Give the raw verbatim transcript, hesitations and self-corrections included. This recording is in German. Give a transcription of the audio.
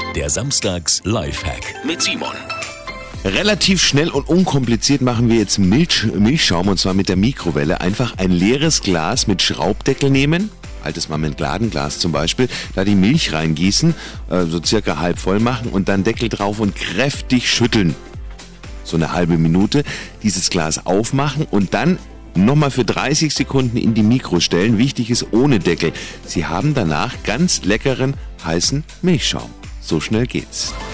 Der Samstags-Lifehack mit Simon. Relativ schnell und unkompliziert machen wir jetzt Milch, Milchschaum, und zwar mit der Mikrowelle. Einfach ein leeres Glas mit Schraubdeckel nehmen, altes Marmeladenglas zum Beispiel, da die Milch reingießen, äh, so circa halb voll machen und dann Deckel drauf und kräftig schütteln. So eine halbe Minute dieses Glas aufmachen und dann nochmal für dreißig Sekunden in die Mikro stellen. Wichtig ist ohne Deckel. Sie haben danach ganz leckeren, heißen Milchschaum. So schnell geht's.